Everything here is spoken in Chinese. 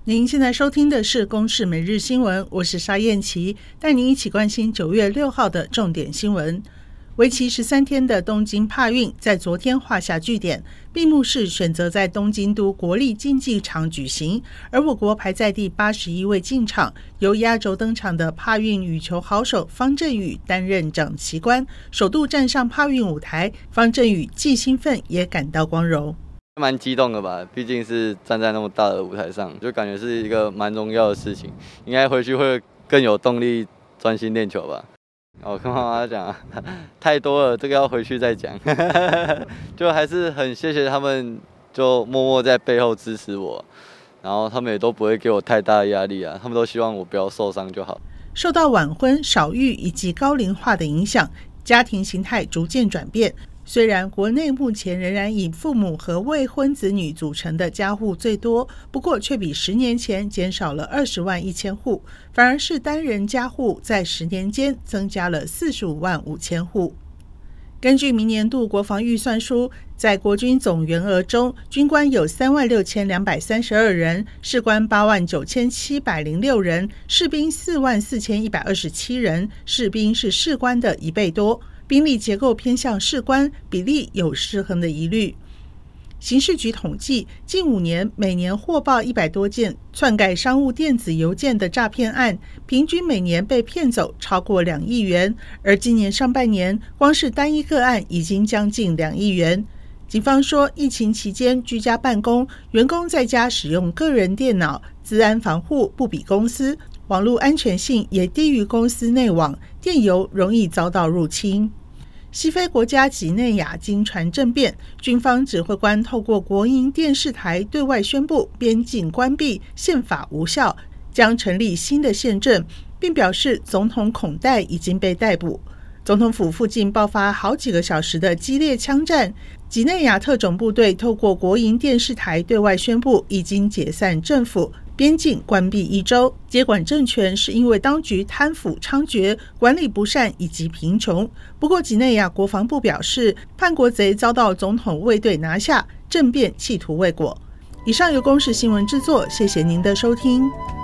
您现在收听的是公视每日新闻，我是沙燕琪，带您一起关心9月6号的重点新闻。为期13天的东京帕运在昨天画下句点，闭幕式选择在东京都国立竞技场举行，而我国排在第81位进场，由压轴登场的帕运羽球好手方振宇担任掌旗官，首度站上帕运舞台，方振宇既兴奋也感到光荣。 蛮激动的吧，毕竟是站在那么大的舞台上，就感觉是一个蛮荣耀的事情，应该回去会更有动力专心练球吧。我跟妈妈讲太多了，这个要回去再讲。就还是很谢谢他们，就默默在背后支持我，然后他们也都不会给我太大的压力啊，他们都希望我不要受伤就好。 受到晚婚、少育以及高龄化的影响，家庭形态逐渐转变。虽然国内目前仍然以父母和未婚子女组成的家户最多，不过却比10年前减少了20万1000户，反而是单人家户在10年间增加了45万5千户。根据明年度国防预算书，在国军总员额中，军官有36232人，士官89706人，士兵44127人，士兵是士官的1倍多。兵力结构偏向士官，比例有失衡的疑虑。刑事局统计，近5年每年获报100多件篡改商务电子邮件的诈骗案，平均每年被骗走超过2亿元，而今年上半年光是单一个案已经将近2亿元。警方说，疫情期间居家办公，员工在家使用个人电脑，资安防护不比公司，网络安全性也低于公司内网，电邮容易遭到入侵。西非国家几内亚经传政变，军方指挥官透过国营电视台对外宣布边境关闭，宪法无效，将成立新的宪政，并表示总统孔戴已经被逮捕。总统府附近爆发好几个小时的激烈枪战，几内亚特种部队透过国营电视台对外宣布已经解散政府，边境关闭1周，接管政权是因为当局贪腐猖獗、管理不善以及贫穷。不过几内亚国防部表示，叛国贼遭到总统卫队拿下，政变企图未果。以上由公视新闻制作，谢谢您的收听。